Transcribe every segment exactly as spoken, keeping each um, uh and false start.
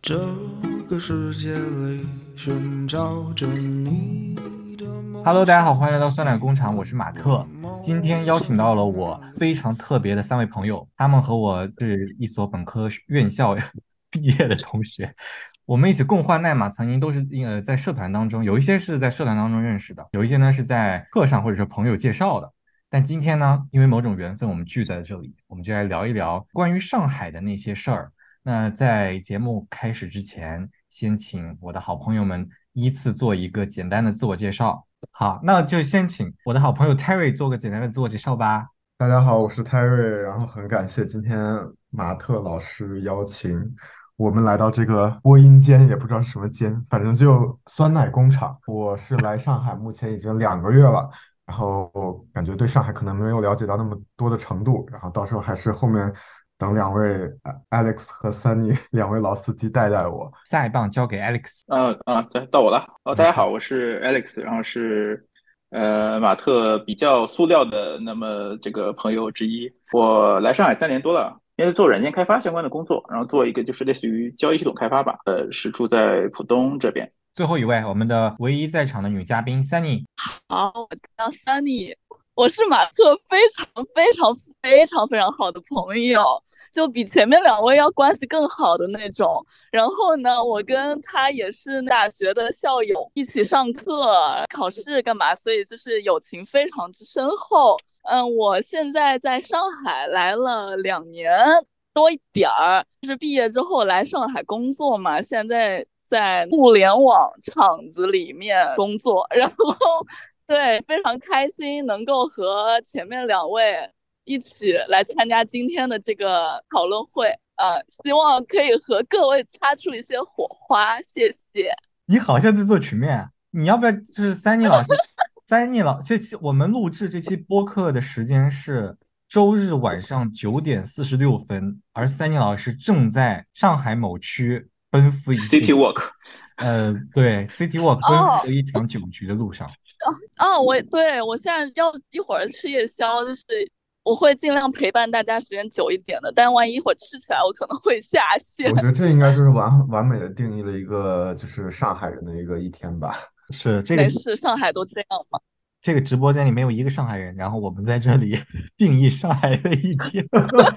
这个世界里寻找着你的梦 Hello，大家好，欢迎来到酸奶工厂，我是马特。今天邀请到了我非常特别的三位朋友，他们和我是一所本科院校毕业的同学，我们一起共患难嘛，曾经都是呃在社团当中，有一些是在社团当中认识的，有一些呢是在课上或者说朋友介绍的。但今天呢，因为某种缘分，我们聚在这里，我们就来聊一聊关于上海的那些事儿。那在节目开始之前，先请我的好朋友们依次做一个简单的自我介绍。好，那就先请我的好朋友 Terry 做个简单的自我介绍吧。 大家好，我是泰瑞，然后很感谢今天马特老师邀请我们来到这个播音间，也不知道是什么间，反正就酸奶工厂。我是来上海，目前已经两个月了，然后感觉对上海可能没有了解到那么多的程度，然后到时候还是后面等两位呃 Alex 和 Sunny 两位老司机带带我。 下一棒交给 Alex。 呃啊，对，到我了。哦，大家好， 没错。 我是 Alex，然后是呃马特比较塑料的那么这个朋友之一。我来上海三年多了，现在做软件开发相关的工作，然后做一个就是类似于交易系统开发吧。呃，是住在浦东这边。 最后一位，我们的唯一在场的女嘉宾 Sunny。 好，我叫 Sunny，我是马特非常非常非常非常好的朋友，就比前面两位要关系更好的那种。然后呢，我跟他也是大学的校友，一起上课、考试干嘛，所以就是友情非常之深厚。嗯，我现在在上海来了两年多一点儿，就是毕业之后来上海工作嘛，现在在互联网厂子里面工作，然后对，非常开心能够和前面两位一起来参加今天的这个讨论会，呃，希望可以和各位擦出一些火花，谢谢。 你好像在做曲面啊，你要不要就是 Sunny 老师？Sunny 老，这期我们录制这期播客的时间是周日晚上九点四十六分，而 Sunny 老师正在上海某区奔赴一个 City Walk。 呃，对，City Walk 奔赴哦了一场酒局的路上。 哦，我对我现在要一会儿吃夜宵，就是我会尽量陪伴大家时间久一点的，但万一一会儿吃起来，我可能会下线。 我觉得这应该就是完完美的定义了一个就是上海人的一个一天吧。 是这个没事，上海都这样嘛。 这个直播间里没有一个上海人，然后我们在这里定义上海的一天。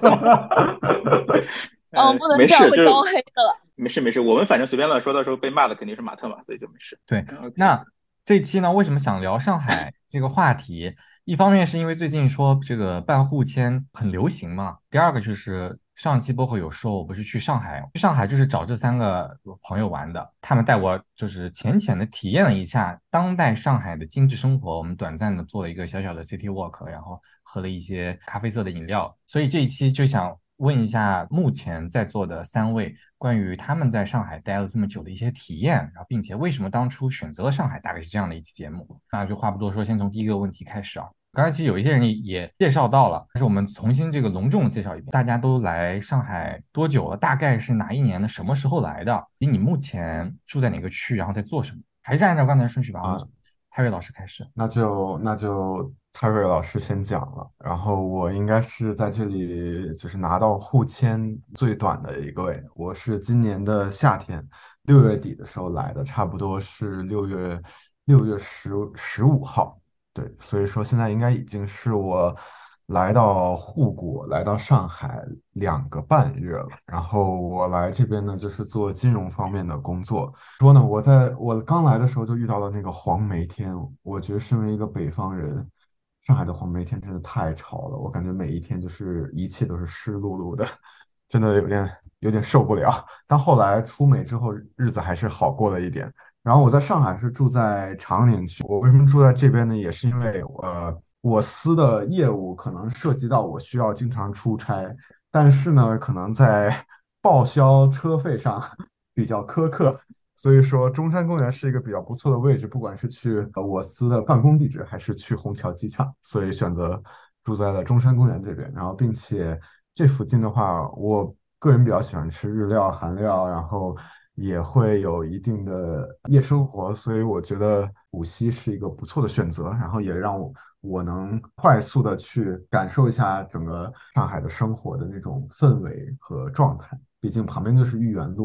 嗯， 呃， 不能这样， 没事，就是会招黑的了。 没事没事，我们反正随便乱说，到时候被骂的肯定是马特嘛，所以就没事。 对， 嗯，OK。 那这一期呢，为什么想聊上海这个话题？一方面是因为最近说这个办互签很流行嘛，第二个就是上期播客有说，我不是去上海，去上海就是找这三个朋友玩的，他们带我就是浅浅的体验了一下当代上海的精致生活。我们短暂的做了一个小小的 city walk，然后喝了一些咖啡色的饮料，所以这一期就想问一下目前在座的三位关于他们在上海待了这么久的一些体验，然后并且为什么当初选择了上海，大概是这样的一期节目。那就话不多说，先从第一个问题开始啊。刚才其实有一些人也也介绍到了，但是我们重新这个隆重的介绍一遍。大家都来上海多久了？大概是哪一年的什么时候来的？以及你目前住在哪个区，然后在做什么？还是按照刚才的顺序吧。我们从泰瑞老师开始。 那就那就泰瑞老师先讲了，然后我应该是在这里就是拿到沪签最短的一个位，我是今年的夏天六月底的时候来的，差不多是六月六月十十五号，对，所以说现在应该已经是我来到沪国，来到上海两个半月了。然后我来这边呢，就是做金融方面的工作。说呢，我在我刚来的时候就遇到了那个黄梅天。我觉得身为一个北方人，上海的黄梅天真的太吵了，我感觉每一天就是一切都是湿漉漉的，真的有点有点受不了。但后来出美之后，日子还是好过了一点。然后我在上海是住在长宁区，我为什么住在这边呢？也是因为呃，我司的业务可能涉及到我需要经常出差，但是呢，可能在报销车费上比较苛刻，所以说中山公园是一个比较不错的位置，不管是去呃我司的办公地址，还是去虹桥机场，所以选择住在了中山公园这边。然后，并且这附近的话，我个人比较喜欢吃日料、韩料，然后也会有一定的夜生活，所以我觉得浦西是一个不错的选择，然后也让我我能快速的去感受一下整个上海的生活的那种氛围和状态。毕竟旁边就是豫园路嘛，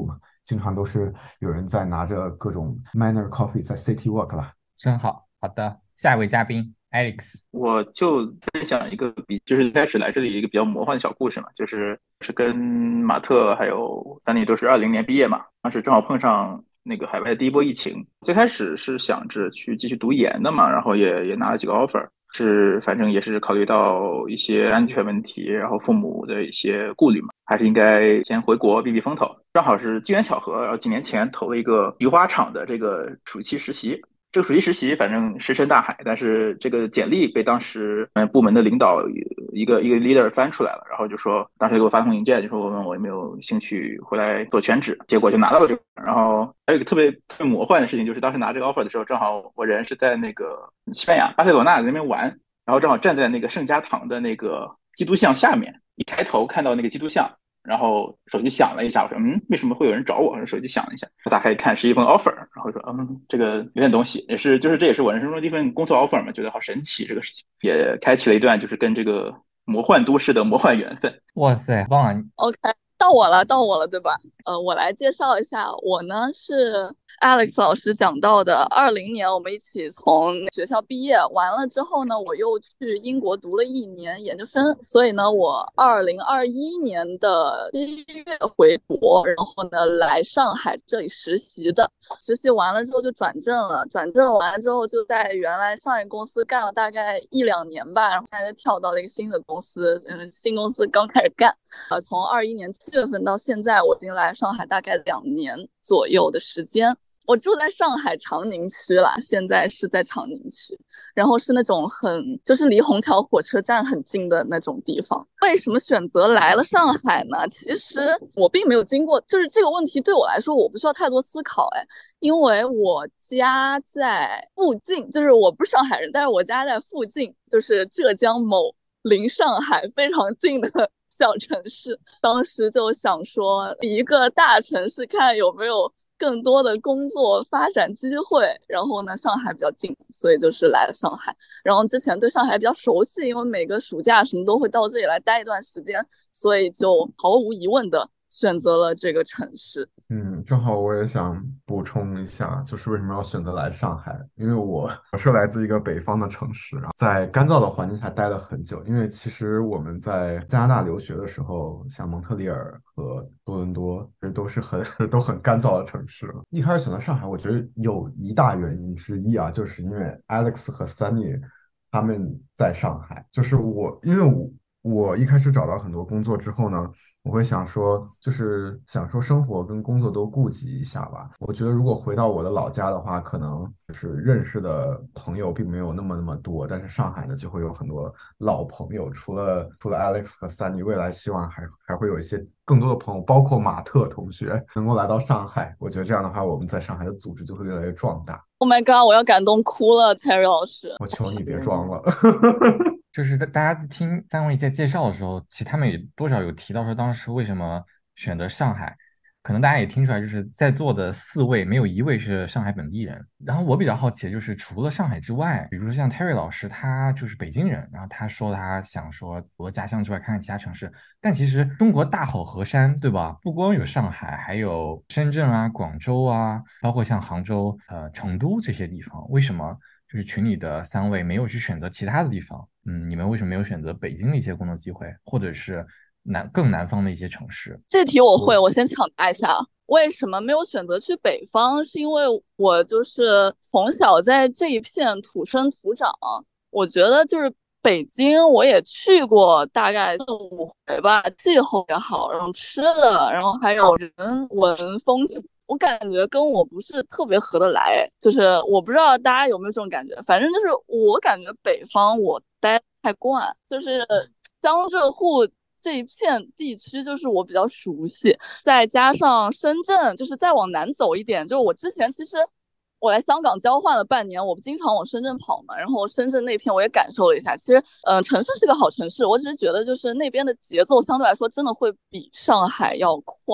经常都是有人在拿着各种 Manner Coffee 在 City Walk 啦。 真好。好的，下一位嘉宾 Alex。 我就分享一个比就是一开始来这里一个比较魔幻的小故事嘛，就是是跟马特还有丹尼都是二零年毕业嘛，当时正好碰上那个海外的第一波疫情。最开始是想着去继续读研的嘛，然后也也拿了几个 offer， 是反正也是考虑到一些安全问题，然后父母的一些顾虑嘛，还是应该先回国避避风头。正好是机缘巧合，然后几年前投了一个菊花厂的这个暑期实习。这个暑期实习反正石沉大海，但是这个简历被当时嗯部门的领导一个一个 leader 翻出来了，然后就说当时给我发封邮件，就说我问我有没有兴趣回来做全职，结果就拿到了这个。然后还有一个特别特别魔幻的事情，就是当时拿这个 offer 的时候，正好我人是在那个西班牙巴塞罗那那边玩，然后正好站在那个圣家堂的那个基督像下面，一抬头看到那个基督像。然后手机响了一下，我说嗯，为什么会有人找我？手机响了一下，我打开一看是一份 offer， 然后说嗯，这个有点东西，也是就是这也是我人生中的一份工作 offer 嘛，觉得好神奇这个事情，也开启了一段就是跟这个魔幻都市的魔幻缘分。 哇塞，棒啊！ OK， 到我了，到我了，对吧？呃，我来介绍一下，我呢是 Alex 老师讲到的，二零年我们一起从学校毕业完了之后呢，我又去英国读了一年研究生，所以呢，我二零二一年的七月回国，然后呢来上海这里实习的，实习完了之后就转正了，转正完了之后就在原来上一公司干了大概一两年吧，然后现在就跳到了一个新的公司，嗯，新公司刚开始干，呃，从二一年七月份到现在，我已经来上海大概两年左右的时间。我住在上海长宁区啦，现在是在长宁区，然后是那种很就是离虹桥火车站很近的那种地方。为什么选择来了上海呢？其实我并没有经过，就是这个问题对我来说我不需要太多思考，哎，因为我家在附近，就是我不是上海人，但是我家在附近，就是浙江某离上海非常近的小城市。当时就想说一个大城市看有没有更多的工作发展机会，然后呢上海比较近，所以就是来了上海。然后之前对上海比较熟悉，因为每个暑假什么都会到这里来待一段时间，所以就毫无疑问的选择了这个城市。 嗯，正好我也想补充一下，就是为什么要选择来上海？因为我我是来自一个北方的城市，在干燥的环境下待了很久。因为其实我们在加拿大留学的时候，像蒙特利尔和多伦多，其实都是很都很干燥的城市。一开始选择上海，我觉得有一大原因之一啊，就是因为 Alex 和 Sunny 他们在上海，就是我，因为我。我一开始找到很多工作之后呢，我会想说，就是想说生活跟工作都顾及一下吧。我觉得如果回到我的老家的话，可能就是认识的朋友并没有那么那么多，但是上海呢就会有很多老朋友。除了除了 Alex 和 Sunny， 未来希望还还会有一些更多的朋友，包括马特同学能够来到上海。我觉得这样的话，我们在上海的组织就会越来越壮大。 Oh my god， 我要感动哭了，Terry 老师。 我求你别装了。 就是大家听三位在介绍的时候，其实他们也多少有提到说当时为什么选择上海，可能大家也听出来，就是在座的四位没有一位是上海本地人。然后我比较好奇的就是，除了上海之外，比如说像 Terry 老师，他就是北京人，然后他说他想说除了家乡之外看看其他城市，但其实中国大好河山，对吧？不光有上海，还有深圳啊、广州啊，包括像杭州、呃成都这些地方，为什么？就是群里的三位没有去选择其他的地方，嗯，你们为什么没有选择北京的一些工作机会，或者是南更南方的一些城市？ 这题我会，我先抢答一下。为什么没有选择去北方？是因为我就是从小在这一片土生土长，我觉得就是北京我也去过大概四五回吧，气候也好，然后吃的，然后还有人文风景。我感觉跟我不是特别合得来，就是我不知道大家有没有这种感觉，反正就是我感觉北方我待不太惯，就是江浙沪这一片地区就是我比较熟悉，再加上深圳，就是再往南走一点，就我之前其实我来香港交换了半年，我不经常往深圳跑嘛，然后深圳那片我也感受了一下，其实嗯、呃，城市是个好城市，我只是觉得就是那边的节奏相对来说真的会比上海要快。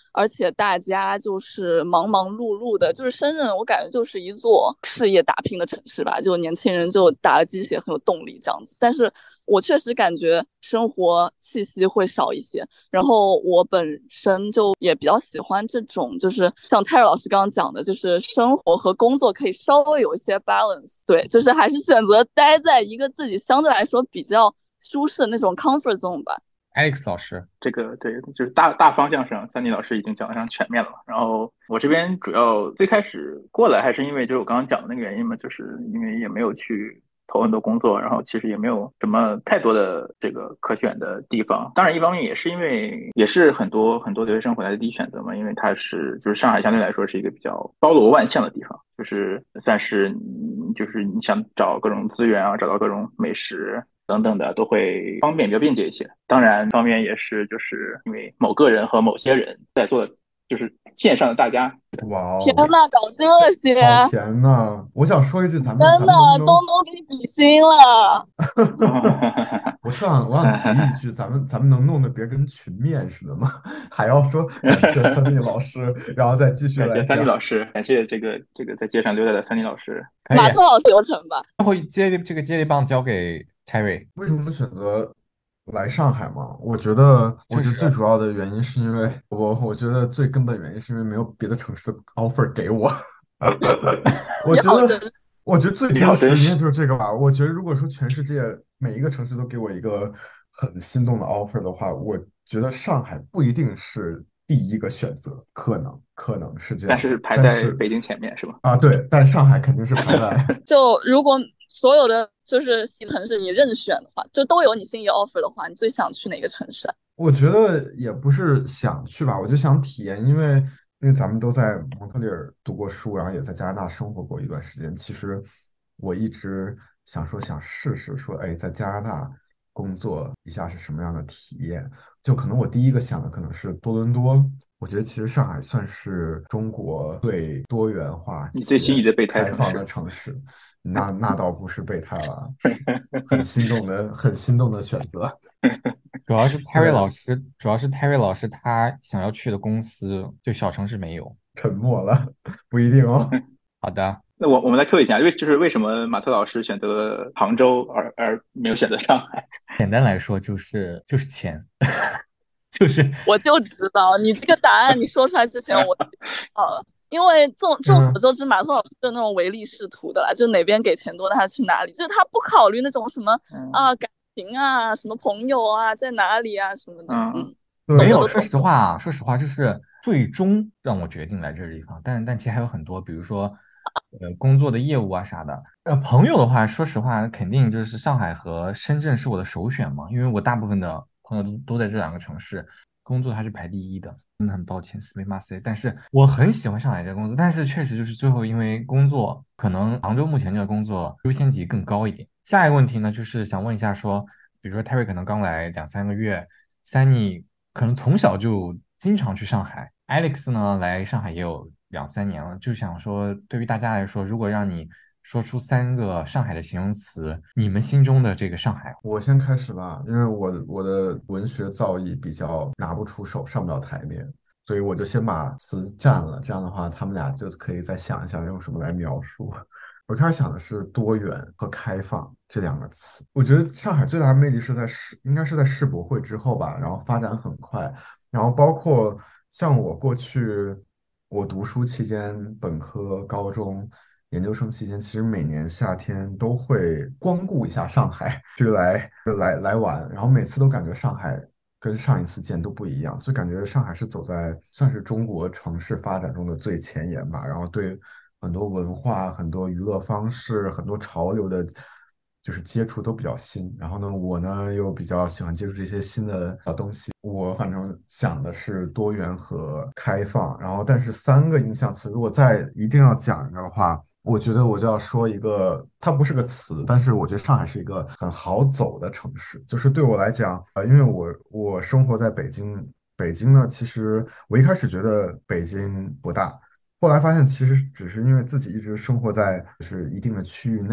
而且大家就是忙忙碌碌的，就是深圳，我感觉就是一座事业打拼的城市吧，就年轻人就打了鸡血，很有动力这样子。但是我确实感觉生活气息会少一些，然后我本身就也比较喜欢这种，就是像泰瑞老师刚刚讲的，就是生活和工作可以稍微有一些 balance， 对，就是还是选择待在一个自己相对来说比较舒适的那种 comfort zone 吧。 Alex 老师， 这个对，就是大大方向上，三 D 老师已经讲得上全面了。然后我这边主要最开始过来还是因为就是我刚刚讲的那个原因嘛，就是因为也没有去投很多工作，然后其实也没有什么太多的这个可选的地方。当然，一方面也是因为也是很多很多留学生回来的第一选择嘛，因为它是就是上海相对来说是一个比较包罗万象的地方，就是算是就是你想找各种资源啊，找到各种美食等等的都会方便比较便捷一些。当然，方面也是就是因为某个人和某些人在做，就是线上的大家。 哇哦， 天呐，搞这些， 好甜呐！我想说一句，咱们真的咱们能不能？ 东东给你比心了。 我想我想提一句，咱们咱们能弄得别跟群面似的吗？还要说感谢三 D 老师，然后再继续感谢三 D 来讲。 老师，感谢这个这个在街上溜达的三 D 老师。 可以， 马特老师流程吧。 最后接力这个接力棒交给 Terry。 为什么选择来上海嘛？我觉得，我觉得就是最主要的原因是因为我，我觉得最根本原因是因为没有别的城市的 offer 给我。我觉得， 你好真我觉得最你真好真实实应该就是这个吧。我觉得如果说全世界每一个城市都给我一个很心动的 offer 的话，我觉得上海不一定是第一个选择，可能可能是这但样的， 是排在但是北京前面是吧？ 啊，对，但上海肯定是排在就如果所有的就是新城市你任选的话，就都有你心仪 offer 的话，你最想去哪个城市啊？ 我觉得也不是想去吧，我就想体验，因为因为咱们都在蒙特利尔读过书，然后也在加拿大生活过一段时间。其实我一直想说想试试说，哎，在加拿大工作一下是什么样的体验？就可能我第一个想的可能是多伦多。我觉得其实上海算是中国最多元化你最且心仪的备胎开放的城市。 城市。那那倒不是备胎了，是很心动的，很心动的选择。 主要是 Terry 对， 老师，主要是 Terry 老师他想要去的公司就小城市没有。 沉默了，不一定哦。 好的， 那我我们来 Q 一下，为就是为什么马特老师选择了杭州而而没有选择上海？ 简单来说就是就是钱，就是我就知道你这个答案，你说出来之前我就知道了。因为众众所周知，马特老师是那种唯利是图的啦，就哪边给钱多，他去哪里，就是他不考虑那种什么啊感情啊、什么朋友啊在哪里啊什么的。 嗯， 嗯， 没有。 懂的都懂。 说实话啊，说实话，就是最终让我决定来这个地方，但但其实还有很多，比如说呃工作的业务啊啥的。呃，朋友的话，说实话，肯定就是上海和深圳是我的首选嘛，因为我大部分的朋友都都在这两个城市，工作还是排第一的。真的很抱歉，斯梅马塞，但是我很喜欢上海这个公司，但是确实就是最后因为工作，可能杭州目前这个工作优先级更高一点。下一个问题呢，就是想问一下说，比如说 Terry 可能刚来两三个月，Sunny 可能从小就经常去上海，Alex 呢来上海也有两三年了，就想说，对于大家来说，如果让你说出三个上海的形容词，你们心中的这个上海， 我先开始吧，因为我我的文学造诣比较拿不出手，上不了台面，所以我就先把词占了。这样的话，他们俩就可以再想一想用什么来描述。我开始想的是多元和开放这两个词。我觉得上海最大的魅力是在世，应该是在世博会之后吧，然后发展很快，然后包括像我过去我读书期间，本科、高中。研究生期间，其实每年夏天都会光顾一下上海，就来就来来玩，然后每次都感觉上海跟上一次见都不一样，就感觉上海是走在算是中国城市发展中的最前沿吧，然后对很多文化、很多娱乐方式、很多潮流的。就是接触都比较新，然后呢，我呢又比较喜欢接触这些新的小东西。我反正想的是多元和开放，然后但是三个印象词，如果再一定要讲一个的话，我觉得我就要说一个，它不是个词，但是我觉得上海是一个很好走的城市。就是对我来讲，呃，因为我我生活在北京，北京呢，其实我一开始觉得北京不大，后来发现其实只是因为自己一直生活在就是一定的区域内。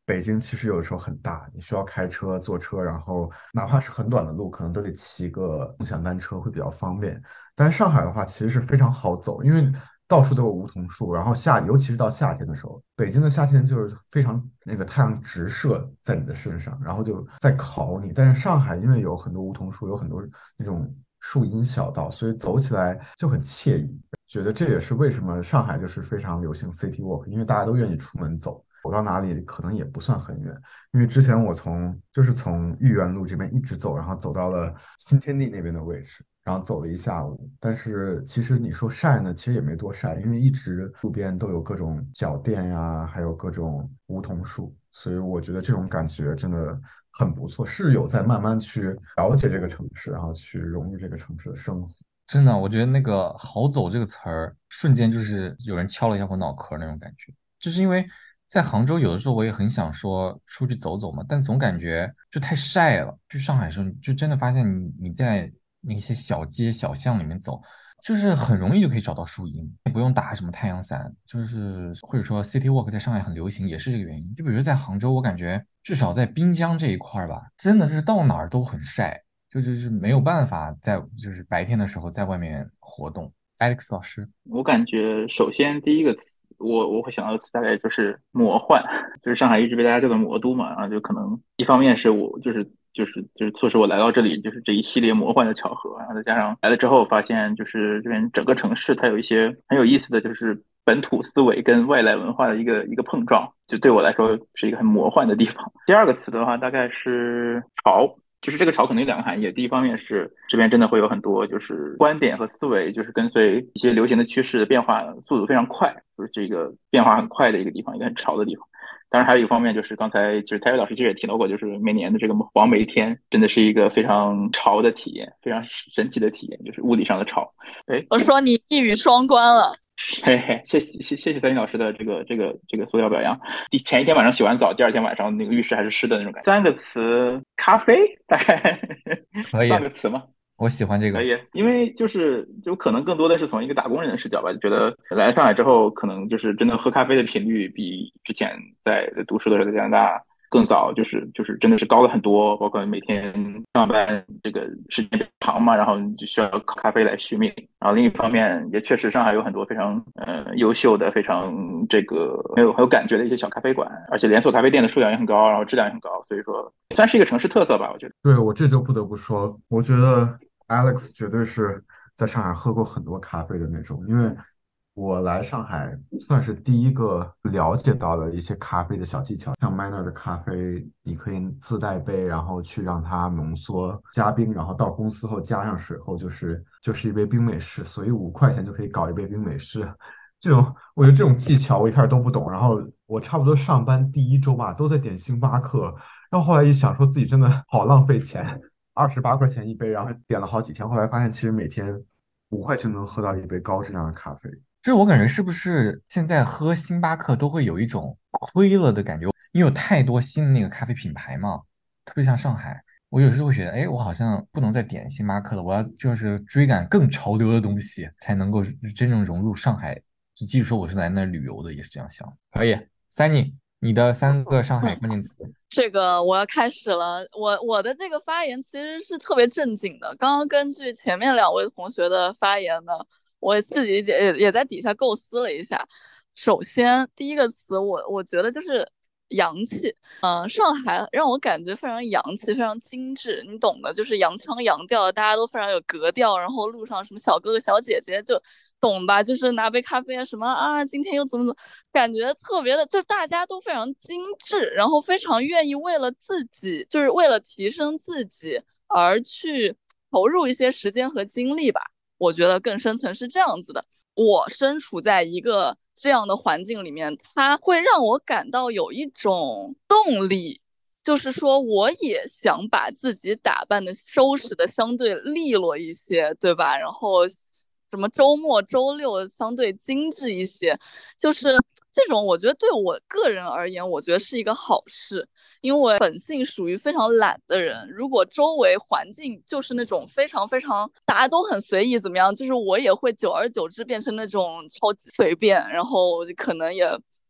北京其实有的时候很大，你需要开车、坐车，然后哪怕是很短的路，可能都得骑个共享单车会比较方便。但是上海的话，其实是非常好走，因为到处都有梧桐树，然后夏，尤其是到夏天的时候，北京的夏天就是非常那个太阳直射在你的身上，然后就在烤你。但是上海因为有很多梧桐树，有很多那种树荫小道，所以走起来就很惬意。觉得这也是为什么上海就是非常流行 City Walk，因为大家都愿意出门走。走到哪里可能也不算很远，因为之前我从就是从豫园路这边一直走，然后走到了新天地那边的位置，然后走了一下午。但是其实你说晒呢，其实也没多晒，因为一直路边都有各种脚垫呀，还有各种梧桐树，所以我觉得这种感觉真的很不错，是有在慢慢去了解这个城市，然后去融入这个城市的生活。 真的，我觉得那个"好走"这个词儿，瞬间就是有人敲了一下我脑壳那种感觉。就是因为在杭州，有的时候我也很想说出去走走嘛，但总感觉就太晒了。去上海的时候，就真的发现你你在那些小街小巷里面走，就是很容易就可以找到树荫，也不用打什么太阳伞。就是或者说 City Walk 在上海很流行，也是这个原因。就比如在杭州，我感觉至少在滨江这一块儿吧，真的是到哪儿都很晒。就就是没有办法在就是白天的时候在外面活动。Alex 老师。 我感觉首先第一个词，我我会想到的词大概就是魔幻，就是上海一直被大家叫做魔都嘛，然后就可能一方面是我就是就是就是促使我来到这里，就是这一系列魔幻的巧合，然后再加上来了之后发现就是这边整个城市它有一些很有意思的就是本土思维跟外来文化的一个一个碰撞，就对我来说是一个很魔幻的地方。第二个词的话大概是潮。就是这个潮可能有两个含义，第一方面是这边真的会有很多就是观点和思维，就是跟随一些流行的趋势的变化速度非常快，就是这个变化很快的一个地方，一个很潮的地方。当然还有一个方面就是刚才就是泰瑞老师其实也提到过，就是每年的这个黄梅天真的是一个非常潮的体验，非常神奇的体验，就是物理上的潮。哎， 我说你一语双关了。 嘿嘿，谢谢谢谢谢三星老师的这个这个这个塑料表扬。第前一天晚上洗完澡，第二天晚上那个浴室还是湿的那种感觉。三个词，咖啡，大概可以， 算个词吗？ 我喜欢这个。 可以，因为就是就可能更多的是从一个打工人的视角吧，就觉得来上海之后，可能就是真的喝咖啡的频率比之前在读书的时候在加拿大更早，就是就是真的是高了很多，包括每天上班这个时间长嘛，然后你就需要靠咖啡来续命。然后另一方面，也确实上海有很多非常呃优秀的、非常这个很有很有感觉的一些小咖啡馆，而且连锁咖啡店的数量也很高，然后质量也很高，所以说算是一个城市特色吧，我觉得。 对，我这就不得不说，我觉得 Alex 绝对是在上海喝过很多咖啡的那种，因为我来上海算是第一个了解到了一些咖啡的小技巧，像 Manner 的咖啡，你可以自带杯，然后去让它浓缩加冰，然后到公司后加上水后就是就是一杯冰美式，所以五块钱就可以搞一杯冰美式。这种我觉得这种技巧我一开始都不懂，然后我差不多上班第一周吧，都在点星巴克，然后后来一想，说自己真的好浪费钱，二十八块钱一杯，然后点了好几天，后来发现其实每天五块钱能喝到一杯高质量的咖啡。 就是我感觉是不是现在喝星巴克都会有一种亏了的感觉，因为有太多新的那个咖啡品牌嘛，特别像上海，我有时候会觉得，哎，我好像不能再点星巴克了，我要就是追赶更潮流的东西，才能够真正融入上海。就即使说我是来那旅游的，也是这样想。可以，Sunny，你的三个上海关键词。 这个我要开始了，我我的这个发言其实是特别正经的。刚刚根据前面两位同学的发言呢，我自己也也在底下构思了一下。首先，第一个词我我觉得就是洋气。嗯、呃，上海让我感觉非常洋气，非常精致，你懂的，就是洋腔洋调，大家都非常有格调。然后路上什么小哥哥小姐姐就懂吧，就是拿杯咖啡啊什么啊，今天又怎么怎么，感觉特别的，就大家都非常精致，然后非常愿意为了自己，就是为了提升自己而去投入一些时间和精力吧。我觉得更深层是这样子的，我身处在一个这样的环境里面，它会让我感到有一种动力，就是说我也想把自己打扮的收拾的相对利落一些，对吧？然后什么周末周六相对精致一些，就是这种我觉得对我个人而言，我觉得是一个好事。因为本性属于非常懒的人，如果周围环境就是那种非常非常大家都很随意怎么样，就是我也会久而久之变成那种超级随便，然后可能也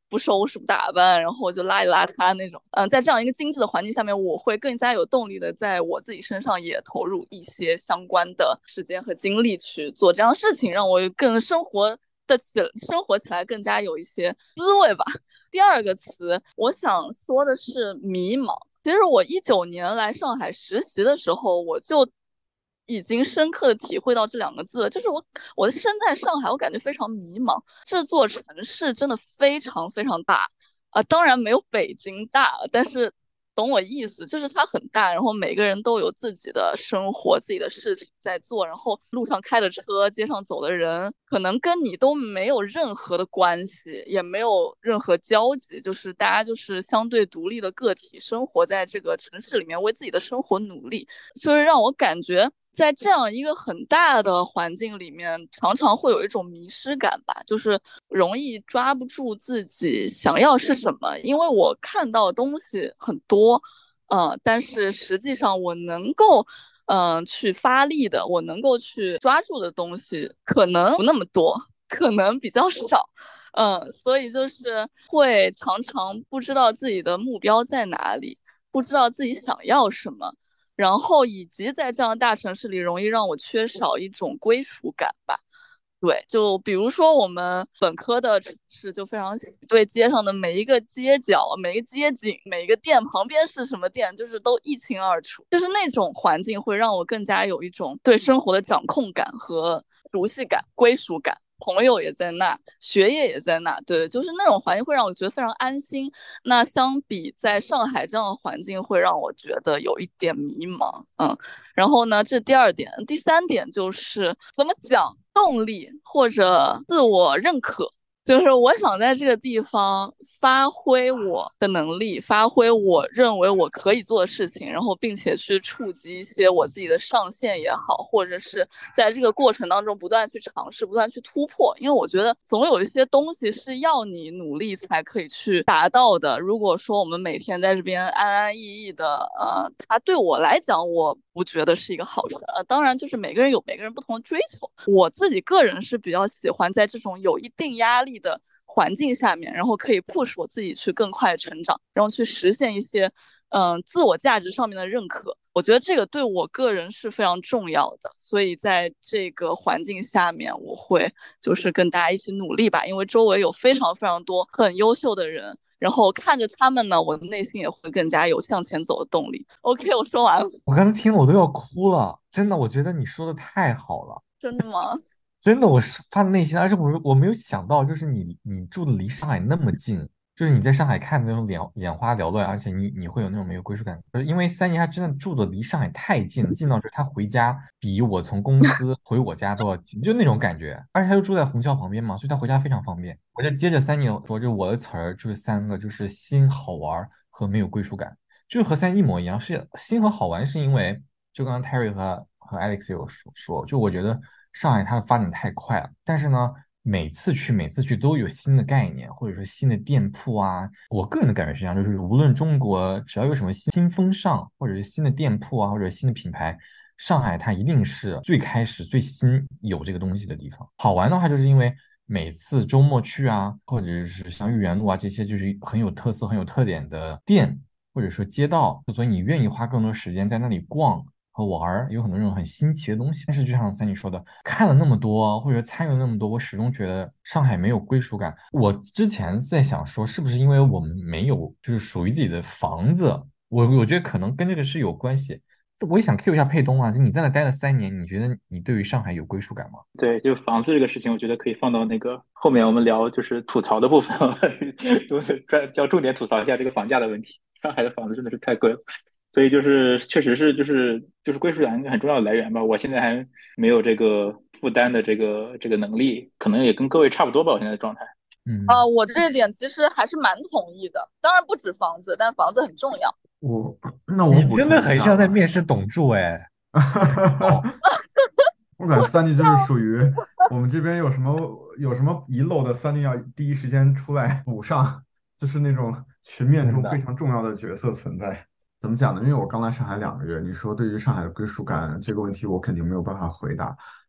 不收拾不打扮，然后就邋里邋遢那种。嗯、呃，在这样一个精致的环境下面，我会更加有动力的在我自己身上也投入一些相关的时间和精力去做这样的事情，让我更生活的起生活起来更加有一些滋味吧。第二个词我想说的是迷茫。其实我一九年来上海实习的时候，我就已经深刻的体会到这两个字，就是我我身在上海，我感觉非常迷茫。这座城市真的非常非常大，啊、呃，当然没有北京大，但是懂我意思，就是它很大，然后每个人都有自己的生活、自己的事情在做，然后路上开的车、街上走的人，可能跟你都没有任何的关系，也没有任何交集，就是大家就是相对独立的个体，生活在这个城市里面，为自己的生活努力，就是让我感觉在这样一个很大的环境里面，常常会有一种迷失感吧，就是容易抓不住自己想要是什么。因为我看到的东西很多，嗯、呃，但是实际上我能够，嗯、呃，去发力的，我能够去抓住的东西可能不那么多，可能比较少。嗯，所以就是会常常不知道自己的目标在哪里，不知道自己想要什么。然后以及在这样的大城市里，容易让我缺少一种归属感吧。对，就比如说我们本科的城市就非常对街上的每一个街角、每一个街景、每一个店旁边是什么店，就是都一清二楚。就是那种环境会让我更加有一种对生活的掌控感和熟悉感、归属感。朋友也在那，学业也在那，对，就是那种环境会让我觉得非常安心。那相比在上海这样的环境，会让我觉得有一点迷茫，嗯。然后呢，这是第二点，第三点就是怎么讲动力或者自我认可。就是我想在这个地方发挥我的能力，发挥我认为我可以做的事情，然后并且去触及一些我自己的上限也好，或者是在这个过程当中不断去尝试，不断去突破。因为我觉得总有一些东西是要你努力才可以去达到的。如果说我们每天在这边安安逸逸的，呃，它对我来讲，我不觉得是一个好事。呃，当然就是每个人有每个人不同的追求。我自己个人是比较喜欢在这种有一定压力的环境下面，然后可以 push 我自己去更快的成长，然后去实现一些嗯、呃、自我价值上面的认可。我觉得这个对我个人是非常重要的，所以在这个环境下面，我会就是跟大家一起努力吧，因为周围有非常非常多很优秀的人。然后看着他们呢，我的内心也会更加有向前走的动力。OK， 我说完了。 我刚才听我都要哭了，真的，我觉得你说的太好了。 真的吗？ 真的，我是发自内心的，而且我我没有想到，就是你你住的离上海那么近，就是你在上海看的那种眼眼花缭乱，而且你你会有那种没有归属感，呃因为三姨她真的住的离上海太近了，近到就是她回家比我从公司回我家都要近，就那种感觉，而且她又住在虹桥旁边嘛，所以她回家非常方便。我就接着三姨说，就我的词儿就是三个，就是新、好玩和没有归属感，就是和三一模一样，是新和好玩，是因为就刚刚 Terry 和和 Alex 有说说，就我觉得上海它的发展太快了，但是呢，每次去每次去都有新的概念，或者说新的店铺啊。我个人的感觉是这样，就是无论中国只要有什么新新风尚，或者是新的店铺啊，或者新的品牌，上海它一定是最开始最新有这个东西的地方。好玩的话，就是因为每次周末去啊，或者是像豫园路啊这些，就是很有特色、很有特点的店，或者说街道，所以你愿意花更多时间在那里逛和玩儿，有很多这种很新奇的东西。但是就像三你说的，看了那么多，或者参与了那么多，我始终觉得上海没有归属感。我之前在想说，是不是因为我们没有就是属于自己的房子？我我觉得可能跟这个是有关系。我也想 Q 一下佩东啊，就你在那待了三年，你觉得你对于上海有归属感吗？ 对，就房子这个事情，我觉得可以放到那个后面我们聊，就是吐槽的部分，就是专要重点吐槽一下这个房价的问题。上海的房子真的是太贵了，所以就是确实是就是就是归属感一个很重要的来源吧。我现在还没有这个负担的这个这个能力，可能也跟各位差不多吧，我现在的状态。 嗯， 啊、我这一点其实还是蛮同意的。当然不止房子，但房子很重要。 我那我你补充真的很一下吧。 像在面试董柱哎。哦， 我感觉三弟就是属于我们这边有什么有什么遗漏的，三弟要第一时间出来补上，就是那种群面中真的。 非常重要的角色存在。怎么讲呢？因为我刚来上海两个月，你说对于上海的归属感这个问题，我肯定没有办法回答。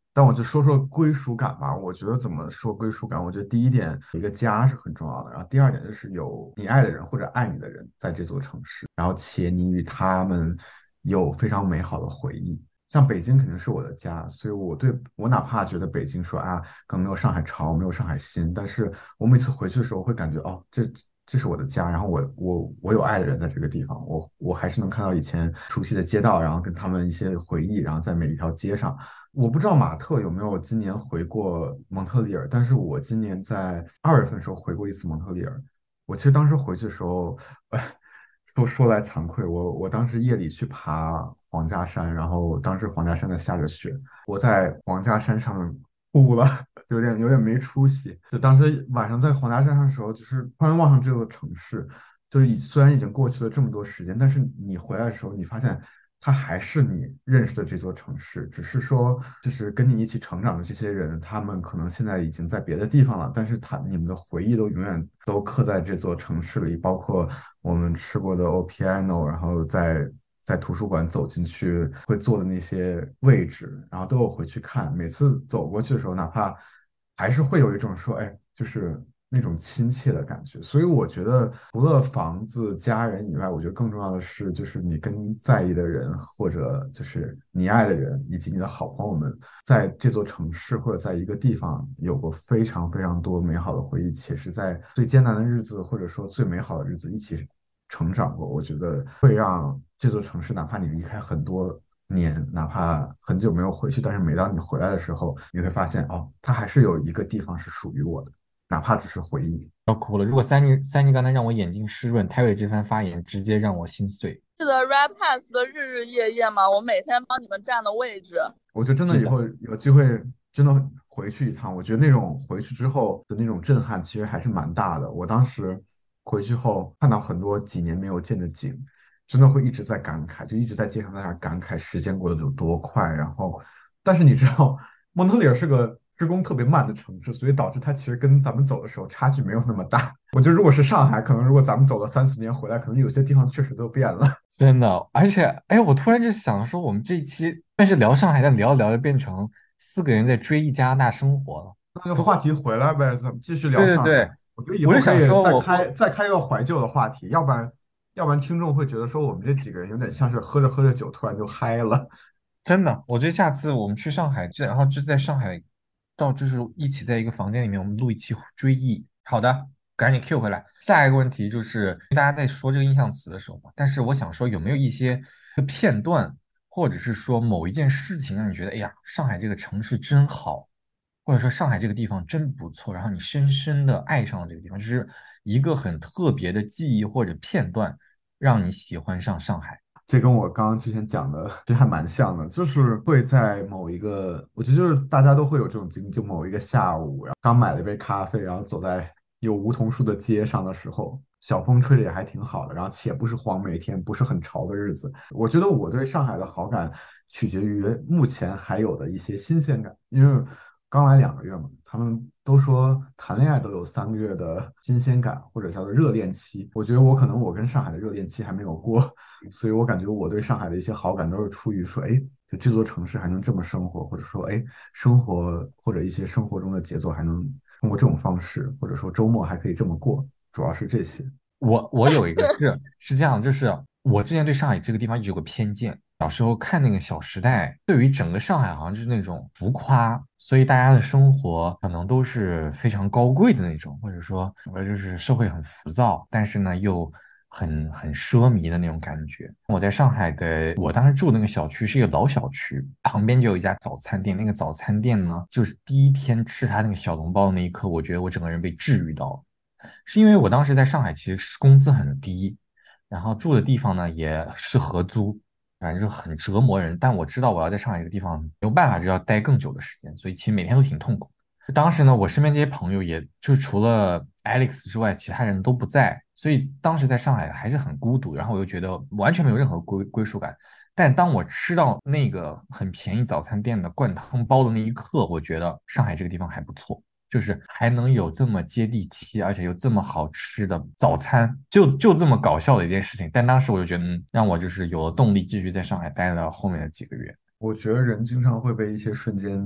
但我就说说归属感吧。我觉得怎么说归属感？我觉得第一点，一个家是很重要的。然后第二点就是有你爱的人或者爱你的人在这座城市，然后且你与他们有非常美好的回忆。像北京肯定是我的家，所以我对我哪怕觉得北京说啊，可能没有上海潮，没有上海新，但是我每次回去的时候会感觉哦，这这是我的家，然后我我我有爱的人在这个地方，我我还是能看到以前熟悉的街道，然后跟他们一些回忆，然后在每一条街上。我不知道马特有没有今年回过蒙特利尔，但是我今年在二月份的时候回过一次蒙特利尔。我其实当时回去的时候，呃，说说来惭愧，我我当时夜里去爬皇家山，然后当时皇家山在下着雪，我在皇家山上面哭了，有点有点没出息。就当时晚上在皇家山上的时候，就是突然望上这座城市，就是已虽然已经过去了这么多时间，但是你回来的时候，你发现它还是你认识的这座城市，只是说就是跟你一起成长的这些人，他们可能现在已经在别的地方了，但是他你们的回忆都永远都刻在这座城市里，包括我们吃过的 O Piano，然后在在图书馆走进去会坐的那些位置，然后都有回去看。每次走过去的时候，哪怕还是会有一种说，哎，就是那种亲切的感觉。所以我觉得，除了房子、家人以外，我觉得更重要的是，就是你跟在意的人，或者就是你爱的人，以及你的好朋友们，在这座城市或者在一个地方有过非常非常多美好的回忆，且是在最艰难的日子，或者说最美好的日子一起成长过。我觉得会让这座城市，哪怕你离开很多年，哪怕很久没有回去，但是每当你回来的时候，你会发现，哦，它还是有一个地方是属于我的，哪怕只是回忆。 要哭了。如果三妮三妮刚才让我眼睛湿润，泰瑞这番发言直接让我心碎。 记得 Rap Pass 的日日夜夜吗？我每天帮你们占的位置。 我觉得真的以后有机会真的回去一趟，我觉得那种回去之后的那种震撼其实还是蛮大的。我当时回去后看到很多几年没有见的景，真的会一直在感慨，就一直在街上在那儿感慨时间过得有多快。然后，但是你知道，蒙特利尔是个施工特别慢的城市，所以导致它其实跟咱们走的时候差距没有那么大。我觉得如果是上海，可能如果咱们走了三四年回来，可能有些地方确实都变了。 真的，而且，哎，我突然就想说，我们这一期但是聊上海，但聊着聊着变成四个人在追忆加拿大生活了。 那就话题回来呗，咱们继续聊对对对， 上海。我觉得以我就后可以想说我， 再开我再开一个怀旧的话题，要不然要不然听众会觉得说我们这几个人有点像是喝着喝着酒突然就嗨了。 真的，我觉得下次我们去上海，就然后就在上海，到就是一起在一个房间里面，我们录一期追忆。好的，赶紧 Q 回来。下一个问题就是大家在说这个印象词的时候嘛，但是我想说有没有一些片段，或者是说某一件事情让你觉得，哎呀，上海这个城市真好，或者说上海这个地方真不错，然后你深深的爱上了这个地方，就是一个很特别的记忆或者片段，让你喜欢上上海。 这跟我刚刚之前讲的其实还蛮像的，就是会在某一个，我觉得就是大家都会有这种经历，就某一个下午，然后刚买了一杯咖啡，然后走在有梧桐树的街上的时候，小风吹的也还挺好的，然后且不是黄梅天，不是很潮的日子。我觉得我对上海的好感取决于目前还有的一些新鲜感，因为刚来两个月嘛，他们都说谈恋爱都有三个月的新鲜感，或者叫做热恋期。我觉得我可能我跟上海的热恋期还没有过，所以我感觉我对上海的一些好感都是出于说，哎，就这座城市还能这么生活，或者说，哎，生活或者一些生活中的节奏还能通过这种方式，或者说周末还可以这么过，主要是这些。 我我有一个是是这样，就是我之前对上海这个地方一直有个偏见。小时候看那个《小时代》，对于整个上海好像就是那种浮夸，所以大家的生活可能都是非常高贵的那种，或者说呃就是社会很浮躁，但是呢又很很奢靡的那种感觉。我在上海的，我当时住那个小区是一个老小区，旁边就有一家早餐店。那个早餐店呢，就是第一天吃他那个小笼包的那一刻，我觉得我整个人被治愈到了。是因为我当时在上海其实是工资很低，然后住的地方呢也是合租，反正就很折磨人。但我知道我要在上海这个地方没有办法，就要待更久的时间，所以其实每天都挺痛苦。当时呢，我身边这些朋友也就除了 Alex 之外，其他人都不在，所以当时在上海还是很孤独，然后我又觉得完全没有任何归归属感。但当我吃到那个很便宜早餐店的灌汤包的那一刻，我觉得上海这个地方还不错。就是还能有这么接地气，而且又这么好吃的早餐，就就这么搞笑的一件事情。但当时我就觉得，嗯，让我就是有了动力继续在上海待了后面的几个月。 我觉得人经常会被一些瞬间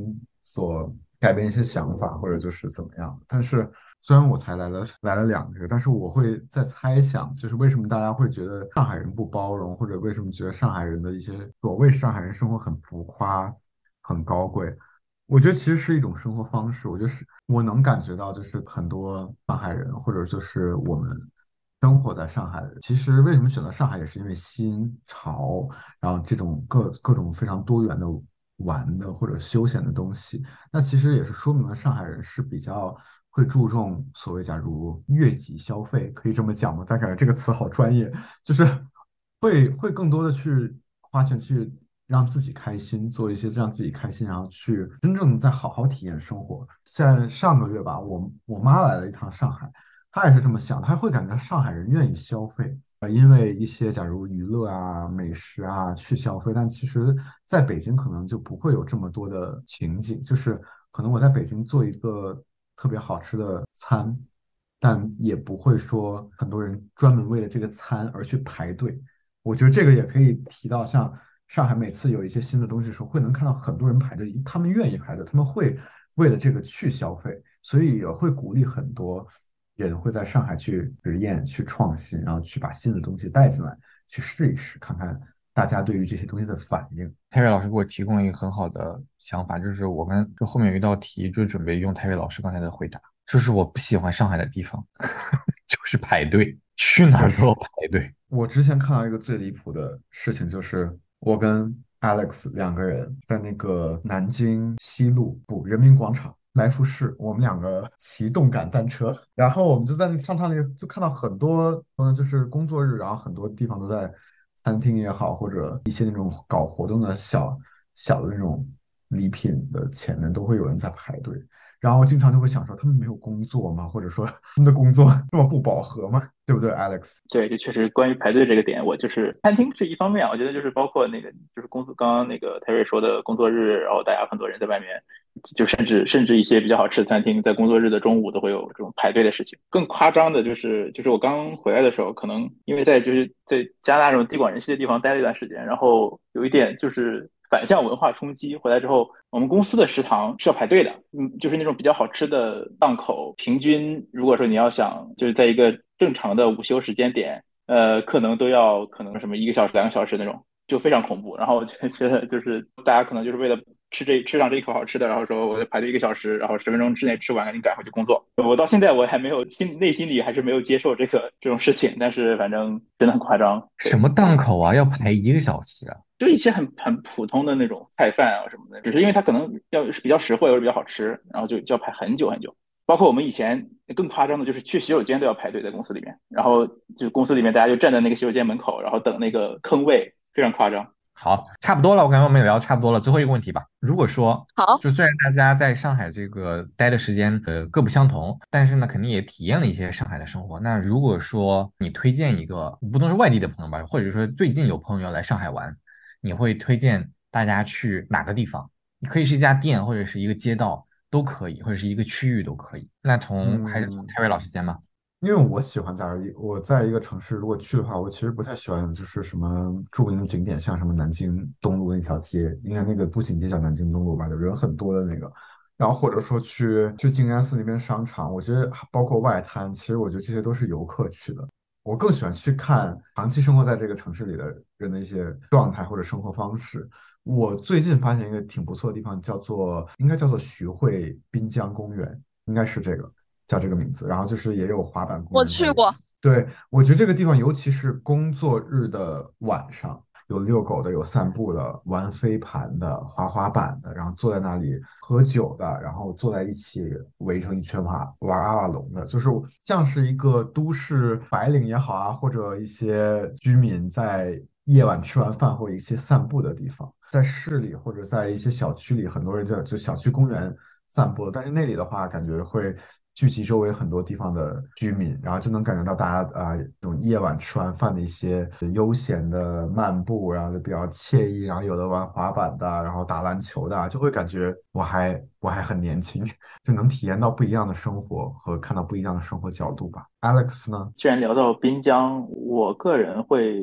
所改变一些想法，或者就是怎么样。但是虽然我才来了来了两个月，但是我会在猜想，就是为什么大家会觉得上海人不包容，或者为什么觉得上海人的一些所谓上海人生活很浮夸、很高贵。我觉得其实是一种生活方式，我觉得是我能感觉到，就是很多上海人，或者就是我们生活在上海的人，其实为什么选择上海，也是因为新潮，然后这种各各种非常多元的玩的或者休闲的东西，那其实也是说明了上海人是比较会注重所谓假如悦己消费，可以这么讲吗？但感觉这个词好专业，就是会会更多的去花钱去让自己开心，做一些让自己开心，然后去真正再好好体验生活。在上个月吧，我我妈来了一趟上海，她也是这么想，她会感觉上海人愿意消费。呃，因为一些假如娱乐啊、美食啊去消费，但其实在北京可能就不会有这么多的情景，就是可能我在北京做一个特别好吃的餐，但也不会说很多人专门为了这个餐而去排队。我觉得这个也可以提到，像上海每次有一些新的东西的时候，会能看到很多人排队，他们愿意排队，他们会为了这个去消费，所以也会鼓励很多人会在上海去实验、去创新，然后去把新的东西带进来，去试一试，看看大家对于这些东西的反应。 泰瑞老师给我提供了一个很好的想法，就是我们就后面有一道题，就准备用泰瑞老师刚才的回答，就是我不喜欢上海的地方，就是排队，去哪儿都要排队。 我之前看到一个最离谱的事情，就是我跟 Alex 两个人在那个南京西路不人民广场来福士，我们两个骑动感单车，然后我们就在那商场里就看到很多，嗯，就是工作日，然后很多地方都在餐厅也好，或者一些那种搞活动的小小的那种礼品的前面都会有人在排队。然后经常就会想说，他们没有工作吗？或者说他们的工作这么不饱和吗？对不对，Alex？ 对，就确实关于排队这个点，我就是餐厅是一方面，我觉得就是包括那个就是工作，刚刚那个泰瑞说的工作日，然后大家很多人在外面，就甚至甚至一些比较好吃的餐厅，在工作日的中午都会有这种排队的事情。更夸张的就是，就是我刚回来的时候，可能因为在就是在加拿大这种地广人稀的地方待了一段时间，然后有一点就是反向文化冲击。回来之后，我们公司的食堂是要排队的，嗯，就是那种比较好吃的档口，平均如果说你要想就是在一个正常的午休时间点，呃，可能都要可能什么一个小时、两个小时那种，就非常恐怖。然后我就觉得就是大家可能就是为了吃这吃上这一口好吃的，然后说我就排队一个小时，然后十分钟之内吃完，赶紧赶回去工作。我到现在我还没有心内心里还是没有接受这个这种事情，但是反正真的很夸张。对， 什么档口啊，要排一个小时啊？ 就一些很很普通的那种菜饭啊什么的，只是因为它可能要是比较实惠或者比较好吃，然后就就要排很久很久。包括我们以前更夸张的就是去洗手间都要排队在公司里面，然后就公司里面大家就站在那个洗手间门口，然后等那个坑位，非常夸张。 好，差不多了，我感觉我们也聊差不多了。最后一个问题吧，如果说， 好， 就虽然大家在上海这个待的时间呃各不相同，但是呢，肯定也体验了一些上海的生活。那如果说你推荐一个，不能是外地的朋友吧，或者说最近有朋友要来上海玩，你会推荐大家去哪个地方？你可以是一家店，或者是一个街道都可以，或者是一个区域都可以。那从还是从嗯， 泰瑞老师先吧。 因为我喜欢在一我在一个城市如果去的话，我其实不太喜欢就是什么著名的景点，像什么南京东路那条街，应该那个步行街叫南京东路吧，就人很多的那个。然后或者说去去静安寺那边商场，我觉得包括外滩，其实我觉得这些都是游客去的。我更喜欢去看长期生活在这个城市里的人的一些状态或者生活方式。我最近发现一个挺不错的地方，叫做应该叫做徐汇滨江公园，应该是这个叫这个名字。然后就是也有滑板公我园在里面。 去过。 对，我觉得这个地方，尤其是工作日的晚上，有遛狗的，有散步的，玩飞盘的，滑滑板的，然后坐在那里喝酒的，然后坐在一起围成一圈玩玩阿瓦隆的，就是像是一个都市白领也好啊，或者一些居民在夜晚吃完饭或一些散步的地方，在市里或者在一些小区里，很多人就就小区公园散步，但是那里的话，感觉会聚集周围很多地方的居民，然后就能感觉到大家啊、呃，这种夜晚吃完饭的一些悠闲的漫步，然后就比较惬意，然后有的玩滑板的，然后打篮球的，就会感觉我还我还很年轻，就能体验到不一样的生活和看到不一样的生活角度吧。Alex 呢？ 既然聊到滨江，我个人会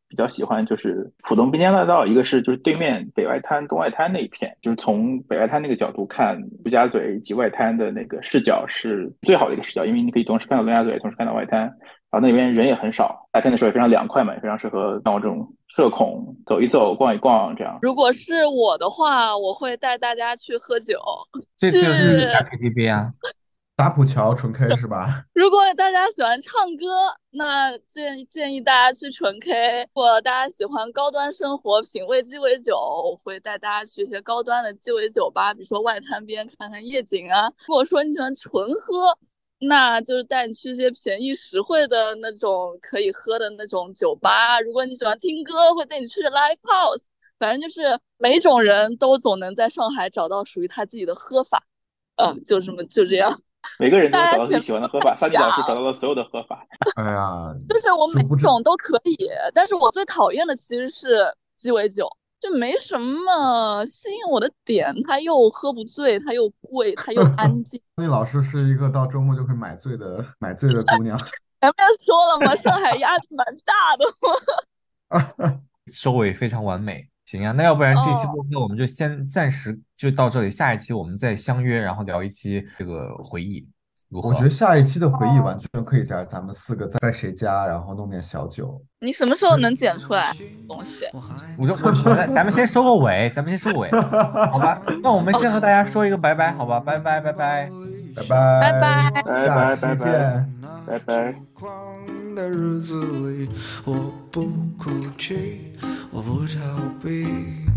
比较喜欢就是浦东滨江大道，一个是就是对面北外滩、东外滩那一片，就是从北外滩那个角度看陆家嘴及外滩的那个视角是最好的一个视角，因为你可以同时看到陆家嘴，同时看到外滩，然后那边人也很少，夏天的时候也非常凉快嘛，也非常适合像我这种社恐走一走、逛一逛这样。 如果是我的话，我会带大家去喝酒， 这去次就是打 K T V 啊。 打浦桥纯 K 是吧？ 如果大家喜欢唱歌，那建建议大家去纯 K；如果大家喜欢高端生活，品味鸡尾酒，我会带大家去一些高端的鸡尾酒吧，比如说外滩边看看夜景啊。如果说你喜欢纯喝，那就是带你去一些便宜实惠的那种可以喝的那种酒吧。如果你喜欢听歌，会带你去 live house。反正就是每种人都总能在上海找到属于他自己的喝法。嗯，就这么就这样。 每个人都找到自己喜欢的喝法，萨尼老师找到了所有的喝法。 哎呀， 就是我每种都可以，但是我最讨厌的其实是鸡尾酒，就没什么吸引我的点，它又喝不醉，它又贵，它又安静。 那老师是一个到周末就会买醉的买醉的姑娘。 前面说了吗？上海压力蛮大的吗？ 收尾非常完美。行啊，那要不然这期播客我们就先暂时就到这里，下一期我们再相约，然后聊一期这个回忆。 我觉得下一期的回忆完全可以在咱们四个在谁家，然后弄点小酒。 你什么时候能剪出来东西？ 我就我我咱们先收个尾，咱们先收尾，好吧？那我们先和大家说一个拜拜，好吧？拜拜拜拜拜拜拜拜下期见， 拜拜。 的日子里，我不哭泣，我不逃避。